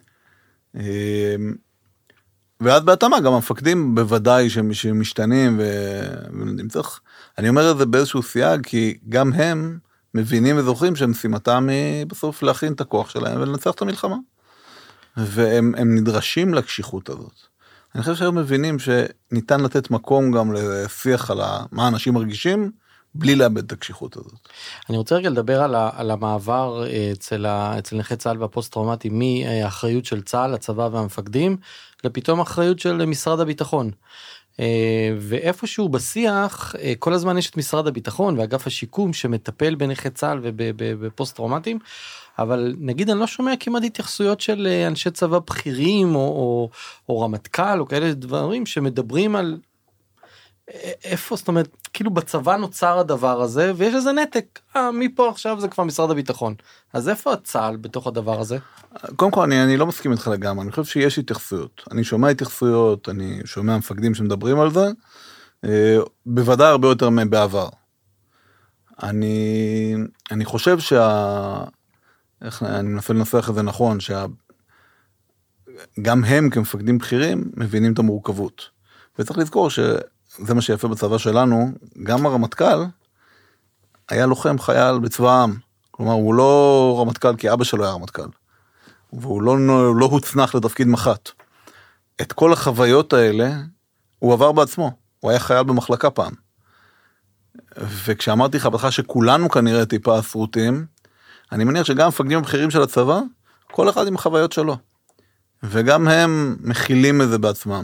ואז בהתאמה, גם המפקדים בוודאי שמשתנים, ואני צריך, אני אומר את זה באיזשהו סייג, כי גם הם, מבינים וזוכרים שמשימתם היא בסוף להכין את הכוח שלהם ולנצח את המלחמה. והם הם נדרשים לקשיחות הזאת. אני חושב שהיום מבינים שניתן לתת מקום גם לשיח על מה אנשים מרגישים, בלי לאבד את הקשיחות הזאת. אני רוצה רגע לדבר על, ה, על המעבר אצל, ה, אצל נכי צה"ל והפוסט-טראומטי, מהאחריות של צה"ל, הצבא והמפקדים, לפתאום האחריות של משרד הביטחון. ואיפשהו בשיח, כל הזמן יש את משרד הביטחון ואגף השיקום שמטפל בנכי צה"ל ובפוסט-טראומטיים, אבל נגיד אני לא שומע כמעט התייחסויות של אנשי צבא בכירים או, או, או רמטכ"ל או כאלה דברים שמדברים על איפה, זאת אומרת, כאילו בצבא נוצר הדבר הזה ויש איזה נתק, אה, מפה עכשיו זה כבר משרד הביטחון. אז איפה הצה"ל בתוך הדבר הזה? קודם כל, אני, אני לא מסכים איתך לגמרי, אני חושב שיש התייחסויות. אני שומע התייחסויות, אני שומע מפקדים שמדברים על זה, אה, בוודאי הרבה יותר מבעבר. אני, אני חושב שה... איך, אני מנסה לנסח את זה נכון, שגם הם כמפקדים בכירים מבינים את המורכבות. וצריך לזכור שזה מה שיפה בצבא שלנו, גם הרמטכ"ל היה לוחם חייל בצבא העם, כלומר הוא לא רמטכ"ל כי אבא שלו היה רמטכ"ל, והוא לא, לא הוצנח לתפקיד מח"ט. את כל החוויות האלה הוא עבר בעצמו, הוא היה חייל במחלקה פעם. וכשאמרתי לך בתך שכולנו כנראה טיפה סרוטים, אני מניח שגם המפקדים הבכירים של הצבא, כל אחד עם החוויות שלו. וגם הם מכילים את זה בעצמם.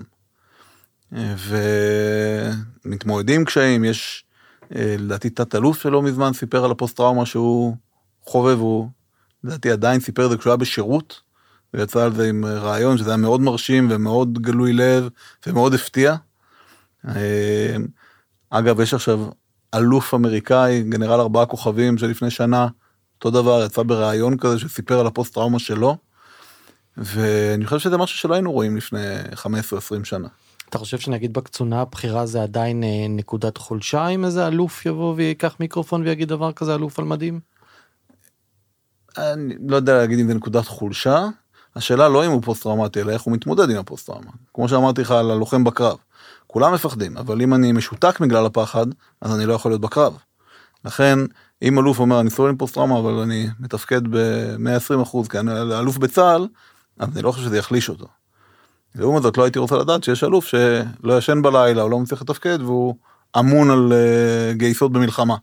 ומתמודדים קשיים, יש, לדעתי, תת אלוף שלא מזמן סיפר על הפוסט-טראומה שהוא חובב, הוא, לדעתי, עדיין סיפר את זה כשהוא היה בשירות, ויצא על זה עם רעיון שזה היה מאוד מרשים ומאוד גלוי לב ומאוד הפתיע. אגב, יש עכשיו אלוף אמריקאי, גנרל ארבעה כוכבים שלפני שנה, אותו דבר, יצא ברעיון כזה שסיפר על הפוסט-טראומה שלו, ואני חושב שזה משהו שלא היינו רואים לפני חמש עשרה עשרים שנה. אתה חושב שנגיד בקצונה הבחירה זה עדיין נקודת חולשה, אם איזה אלוף יבוא ויקח מיקרופון ויגיד דבר כזה, אלוף על מדים? אני לא יודע להגיד אם זה נקודת חולשה, השאלה לא אם הוא פוסט-טראומטי, אלא איך הוא מתמודד עם הפוסט-טראומה. כמו שאמרתי לך על הלוחם בקרב, כולם מפחדים, אבל אם אני משותק בגלל הפחד, אז אני לא יכול להיות בקרב. לכן, אם אלוף אומר, אני סובל עם פוסט-טראומה, אבל אני מתפקד ב-מאה ועשרים אחוז, כי אני אלוף בצה"ל, אז אני לא חושב שזה יחליש אותו. לעומת זאת, לא הייתי רוצה לדעת שיש אלוף שלא ישן בלילה, או לא מצליח לתפקד, והוא אמון על גייסות במלחמה.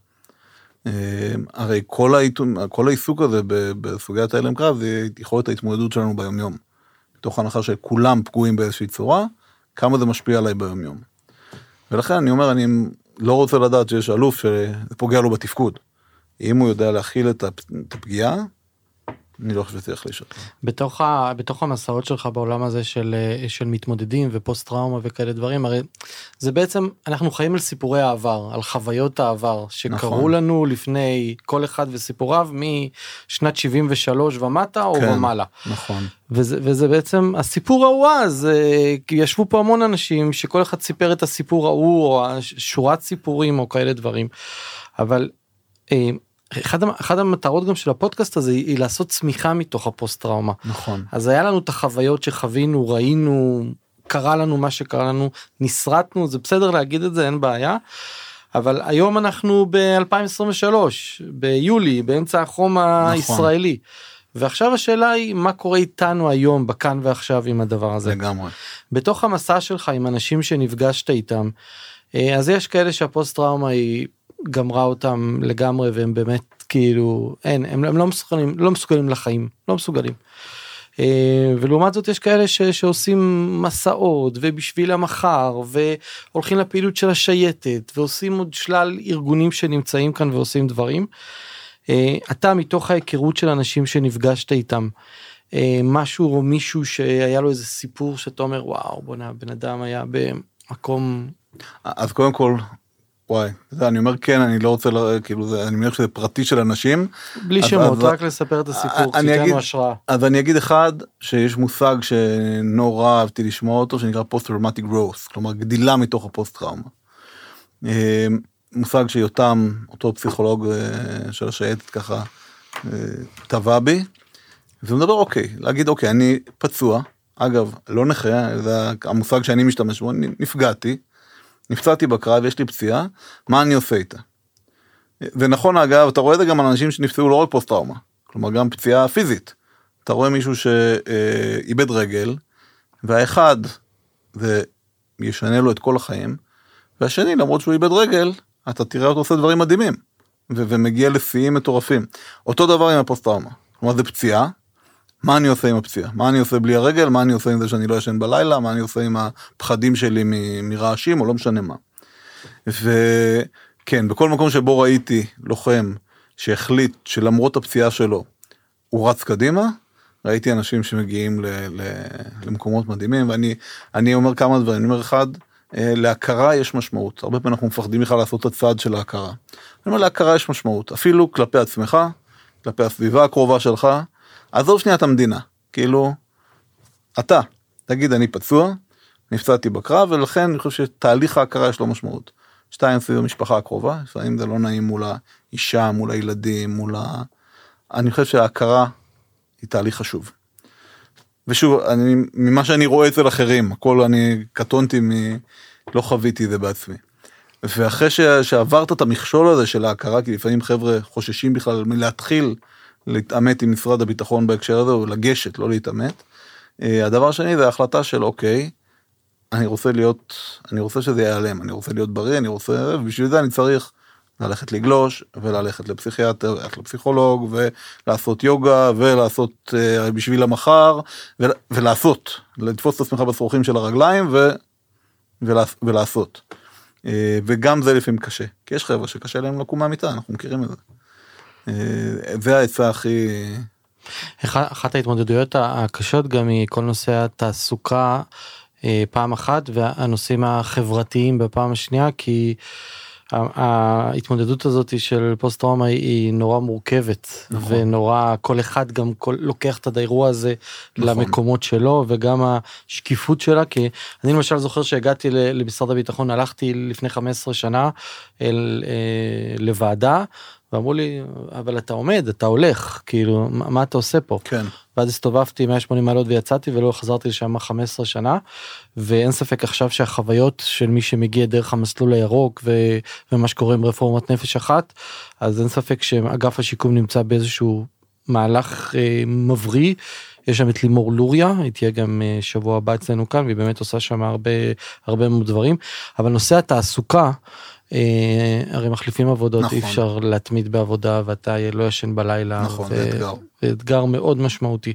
הרי כל, העיתון, כל העיסוק הזה בסוגיית ההלם קרב, זה יכול להיות ההתמודדות שלנו ביום-יום. מתוך הנחה שכולם פגועים באיזושהי צורה, כמה זה משפיע עליי ביום-יום. ולכן אני אומר, אני לא רוצה לדעת שיש אלוף שפוגע לו בתפקוד. אם הוא יודע להכיל את הפגיעה, אני לא חושב שזה יחליש אותו. בתוך, ה, בתוך המסעות שלך בעולם הזה של, של מתמודדים ופוסט-טראומה וכאלה דברים, הרי זה בעצם, אנחנו חיים על סיפורי העבר, על חוויות העבר, שקרו נכון. לנו לפני כל אחד וסיפוריו, משנת שבעים ושלוש ומטה או כן, ומעלה. נכון. וזה, וזה בעצם הסיפור ההוא אז, ישבו פה המון אנשים שכל אחד סיפר את הסיפור ההוא, או שורת סיפורים או כאלה דברים, אבל אחד, אחד המטרות גם של הפודקאסט הזה היא, היא לעשות צמיחה מתוך הפוסט-טראומה. נכון. אז היה לנו את החוויות שחווינו, ראינו, קרה לנו מה שקרה לנו, נסרטנו, זה בסדר להגיד את זה, אין בעיה, אבל היום אנחנו ב-אלפיים עשרים ושלוש, ביולי, באמצע החום הישראלי, נכון. ועכשיו השאלה היא, מה קורה איתנו היום, בכאן ועכשיו עם הדבר הזה? לגמרי. בתוך המסע שלך עם אנשים שנפגשת איתם, אז יש כאלה שהפוסט-טראומה היא גמרה אותם לגמרי, והם באמת כאילו, אין, הם, הם לא מסוגלים, לא מסוגלים לחיים, לא מסוגלים. ולעומת זאת יש כאלה ש, שעושים מסעות, ובשביל המחר, והולכים לפעילות של השייטת, ועושים עוד שלל ארגונים שנמצאים כאן ועושים דברים. אתה מתוך ההיכרות של אנשים שנפגשת איתם, משהו או מישהו שהיה לו איזה סיפור שאתה אומר, וואו, בונה, בן אדם היה במקום... אז קודם כל, וואי, זה, אני אומר כן, אני לא רוצה, כאילו, זה, אני מניח שזה פרטי של אנשים. בלי שמות, אז, רק לספר את הסיפור, שתיתנו השראה. אז אני אגיד אחד, שיש מושג שנורא אהבתי לשמוע אותו, שנקרא פוסט-טראומטיק גרוס, כלומר, גדילה מתוך הפוסט-טראומה. מושג שיותם, אותו פסיכולוג של השייטת ככה, טבע בי, והוא מדבר אוקיי, להגיד אוקיי, אני פצוע, אגב, לא נכה, זה המושג שאני משתמש בו, נפגעתי, נפצעתי בקרב, יש לי פציעה, מה אני עושה איתה? ונכון, אגב, אתה רואה את זה גם על אנשים שנפצעו לא רק פוסט-טראומה, כלומר גם פציעה פיזית. אתה רואה מישהו שאיבד רגל, והאחד, זה ישנה לו את כל החיים, והשני, למרות שהוא איבד רגל, אתה תראה אותו עושה דברים מדהימים, ו- ומגיע לשיאים מטורפים. אותו דבר עם הפוסט-טראומה. כלומר, זה פציעה, מה אני עושה עם הפציעה? מה אני עושה בלי הרגל? מה אני עושה עם זה שאני לא ישן בלילה? מה אני עושה עם הפחדים שלי מ- מרעשים, או לא משנה מה. וכן, בכל מקום שבו ראיתי לוחם שהחליט שלמרות הפציעה שלו, הוא רץ קדימה, ראיתי אנשים שמגיעים ל- ל- למקומות מדהימים, ואני אני אומר כמה דברים. אני אומר אחד, להכרה יש משמעות. הרבה פעמים אנחנו מפחדים בכלל לעשות את הצעד של ההכרה. אני אומר, להכרה יש משמעות. אפילו כלפי עצמך, כלפי הסביבה הקרובה שלך, עזוב שנייה את המדינה. כאילו, אתה, תגיד, אני פצוע, נפצעתי בקרב, ולכן אני חושב שתהליך ההכרה יש לו משמעות. שתיים, סביב המשפחה הקרובה, לפעמים זה לא נעים מול האישה, מול הילדים, מול ה... אני חושב שההכרה היא תהליך חשוב. ושוב, אני, ממה שאני רואה אצל אחרים, הכל אני קטונתי לא חוויתי זה בעצמי. ואחרי ש, שעברת את המכשול הזה של ההכרה, כי לפעמים חבר'ה חוששים בכלל מלהתחיל להתאמת עם משרד הביטחון בהקשר הזה, או לגשת, לא להתאמת. הדבר שני זה ההחלטה של אוקיי, אני רוצה להיות, אני רוצה שזה ייעלם, אני רוצה להיות בריא, אני רוצה, ובשביל זה אני צריך ללכת לגלוש, וללכת לפסיכיאטר, ללכת לפסיכולוג, ולעשות יוגה, ולעשות בשביל המחר, ולעשות, לתפוס את עצמך בצרוכים של הרגליים, ו, ולעשות. וגם זה לפעמים קשה, כי יש חבר'ה שקשה להם לקום מהמיטה, אנחנו מכירים את זה. זה העצה הכי... אחת ההתמודדויות הקשות גם היא כל נושא התעסוקה פעם אחת, והנושאים החברתיים בפעם השנייה, כי ההתמודדות הזאת של פוסט טראומה היא נורא מורכבת, נכון. ונורא, כל אחד גם כל, לוקח את האירוע הזה נכון. למקומות שלו, וגם השקיפות שלה, כי אני למשל זוכר שהגעתי למשרד הביטחון, הלכתי לפני חמש עשרה שנה אל, אה, לוועדה, ואמרו לי, אבל אתה עומד, אתה הולך, כאילו, מה, מה אתה עושה פה? כן. ואז הסתובבתי מאה ושמונים מעלות ויצאתי, ולא חזרתי לשם חמש עשרה שנה, ואין ספק עכשיו שהחוויות של מי שמגיע דרך המסלול הירוק, ו, ומה שקורה עם רפורמת נפש אחת, אז אין ספק שאגף השיקום נמצא באיזשהו מהלך אה, מבריא, יש שם את לימור לוריה, היא תהיה גם אה, שבוע הבא אצלנו כאן, והיא באמת עושה שם הרבה, הרבה מאוד דברים, אבל נושא התעסוקה, הרי מחליפים עבודות, נכון. אי אפשר להתמיד בעבודה, ואתה לא ישן בלילה. נכון, ו... זה אתגר. זה אתגר מאוד משמעותי.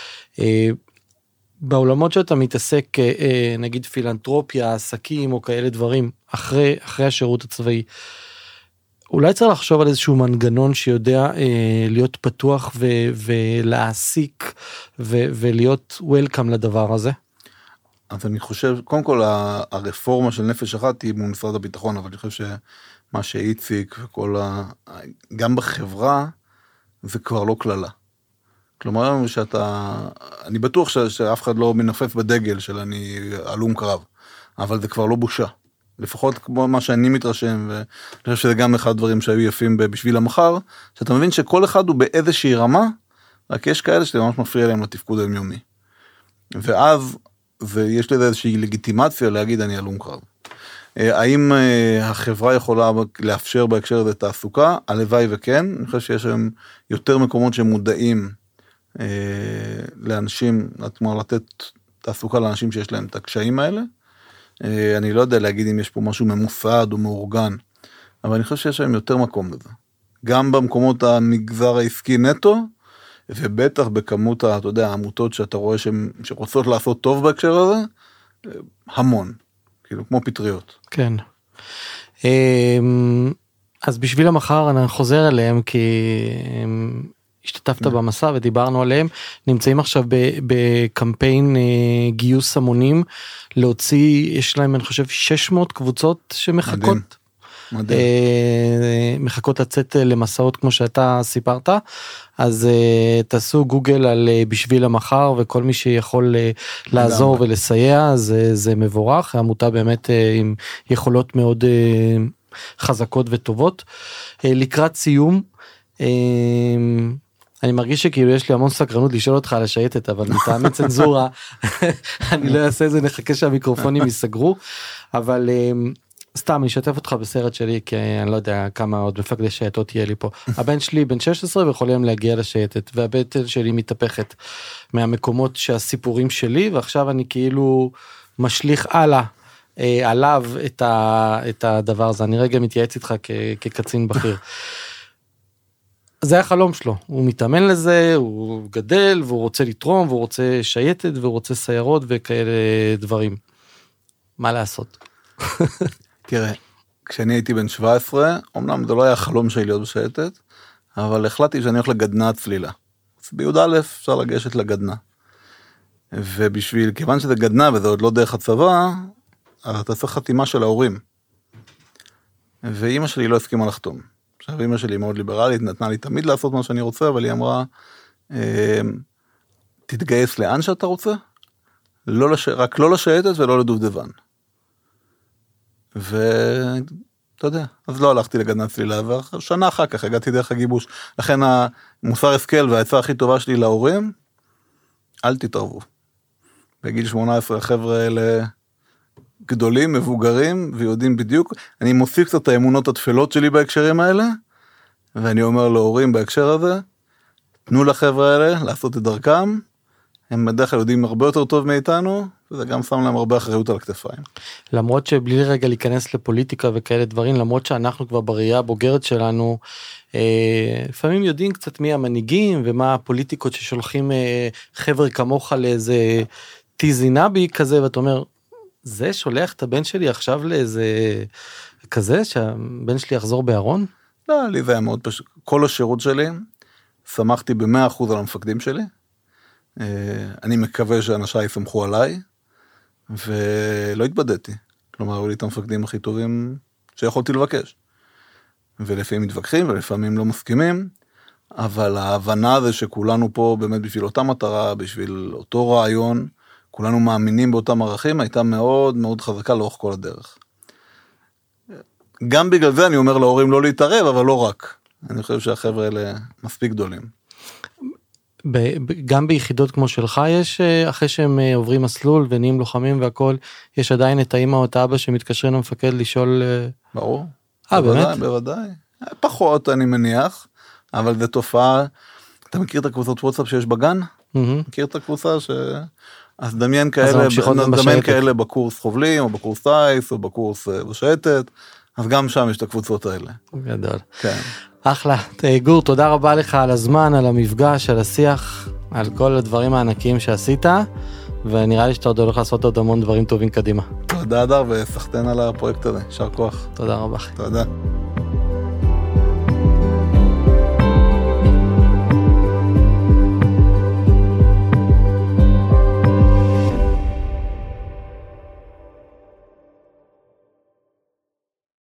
בעולמות שאתה מתעסק, נגיד פילנטרופיה, עסקים או כאלה דברים, אחרי, אחרי השירות הצבאי, אולי צריך לחשוב על איזשהו מנגנון שיודע להיות פתוח ו... ולהעסיק ו... ולהיות וולקאם לדבר הזה? אז אני חושב, קודם כל הרפורמה של נפש אחת היא מול משרד הביטחון, אבל אני חושב שמה שהציק וכל ה... גם בחברה זה כבר לא כללה. כלומר, שאתה, אני בטוח ש... שאף אחד לא מנופף בדגל של אני אלום קרב, אבל זה כבר לא בושה. לפחות כמו מה שאני מתרשם, ואני חושב שזה גם אחד הדברים שהיו יפים בשביל המחר, שאתה מבין שכל אחד הוא באיזושהי רמה, רק יש כאלה שזה ממש מפריע להם לתפקוד היומיומי. ואז ויש לזה איזושהי לגיטימציה להגיד אני הלום קרב. האם החברה יכולה לאפשר בהקשר הזה תעסוקה? הלוואי וכן, אני חושב שיש היום יותר מקומות שמודעים לאנשים, כלומר לתת תעסוקה לאנשים שיש להם את הקשיים האלה. אני לא יודע להגיד אם יש פה משהו ממוסד או מאורגן, אבל אני חושב שיש היום יותר מקום לזה. גם במקומות המגזר העסקי נטו, ובטח בכמות, אתה יודע, העמותות שאתה רואה שהן, שרוצות לעשות טוב בהקשר הזה, המון, כאילו, כמו פטריות. כן. אז בשביל המחר אני חוזר אליהם, כי השתתפת במסע ודיברנו עליהם, נמצאים עכשיו בקמפיין גיוס המונים, להוציא, יש להם, אני חושב, שש מאות קבוצות שמחכות. מדהים. מדהים. מחכות לצאת למסעות כמו שאתה סיפרת, אז תעשו גוגל על בשביל המחר, וכל מי שיכול לעזור ולסייע, זה, זה מבורך, העמותה באמת עם יכולות מאוד חזקות וטובות. לקראת סיום, אני מרגיש שכאילו יש לי המון סקרנות לשאול אותך על השייטת, אבל מטעמי צנזורה, אני לא אעשה את זה, נחכה שהמיקרופונים ייסגרו, אבל סתם, אני אשתף אותך בסרט שלי, כי אני לא יודע כמה עוד מפקדי שייטות יהיה לי פה. הבן שלי בן שש עשרה ויכול היום להגיע לשייטת, והבטן שלי מתהפכת מהמקומות שהסיפורים שלי, ועכשיו אני כאילו משליך הלאה, אה, עליו את, ה, את הדבר הזה. אני רגע מתייעץ איתך כ, כקצין בכיר. זה החלום שלו, הוא מתאמן לזה, הוא גדל, והוא רוצה לתרום, והוא רוצה שייטת, והוא רוצה סיירות וכאלה דברים. מה לעשות? תראה, כשאני הייתי בן שבע עשרה, אמנם זה לא היה חלום שלי להיות בשייטת, אבל החלטתי שאני הולך לגדנה צלילה. אז בי"א אפשר לגשת לגדנה. ובשביל, כיוון שזה גדנה וזה עוד לא דרך הצבא, אז אתה צריך חתימה של ההורים. ואמא שלי לא הסכימה לחתום. עכשיו, אמא שלי מאוד ליברלית, נתנה לי תמיד לעשות מה שאני רוצה, אבל היא אמרה, תתגייס לאן שאתה רוצה, לא לש... רק לא לשייטת ולא לדובדבן. ואתה יודע, אז לא הלכתי לגדנת צלילה, ושנה אחר כך הגעתי דרך הגיבוש. לכן המוסר השכל והעצה הכי טובה שלי להורים, אל תתערבו. בגיל שמונה עשרה החבר'ה האלה גדולים, מבוגרים, ויודעים בדיוק, אני מוסיף קצת את האמונות התפלות שלי בהקשרים האלה, ואני אומר להורים בהקשר הזה, תנו לחבר'ה האלה לעשות את דרכם, הם בדרך כלל יודעים הרבה יותר טוב מאיתנו, וזה גם שם להם הרבה אחריות על הכתפיים. למרות שבלי רגע להיכנס לפוליטיקה וכאלה דברים, למרות שאנחנו כבר בראייה הבוגרת שלנו, אה, לפעמים יודעים קצת מי המנהיגים, ומה הפוליטיקות ששולחים אה, חבר'ה כמוך לאיזה טיזינבי כזה, ואתה אומר, זה שולח את הבן שלי עכשיו לאיזה כזה, שהבן שלי יחזור בארון? לא, לי זה היה מאוד פשוט. כל השירות שלי, שמחתי ב-מאה אחוז על המפקדים שלי, אני מקווה שאנשיי יסמכו עליי, ולא התבדתי. כלומר, היו לי את המפקדים הכי טובים שיכולתי לבקש. ולפעמים מתווכחים, ולפעמים לא מסכימים, אבל ההבנה הזה שכולנו פה באמת בשביל אותה מטרה, בשביל אותו רעיון, כולנו מאמינים באותם ערכים, הייתה מאוד מאוד חזקה לאורך כל הדרך. גם בגלל זה אני אומר להורים לא להתערב, אבל לא רק. אני חושב שהחבר'ה האלה מספיק גדולים. גם ביחידות כמו שלך יש, אחרי שהם עוברים מסלול ונהיים לוחמים והכל, יש עדיין את האמא או את האבא שמתקשרים למפקד לשאול... ברור. אה, באמת? בוודאי. פחות אני מניח, אבל זה תופעה, אתה מכיר את הקבוצות וואטסאפ שיש בגן? מכיר את הקבוצה ש... אז דמיין כאלה, דמיין כאלה בקורס חובלים, או בקורס טייס, או בקורס בשייטת, אז גם שם יש את הקבוצות האלה. גדול. כן. אחלה. גור, תודה רבה לך על הזמן, על המפגש, על השיח, על כל הדברים הענקיים שעשית, ונראה לי שאתה עוד הולך לעשות עוד המון דברים טובים קדימה. תודה, אדר, וסחטן על הפרויקט הזה. יישר כוח. תודה רבה. תודה.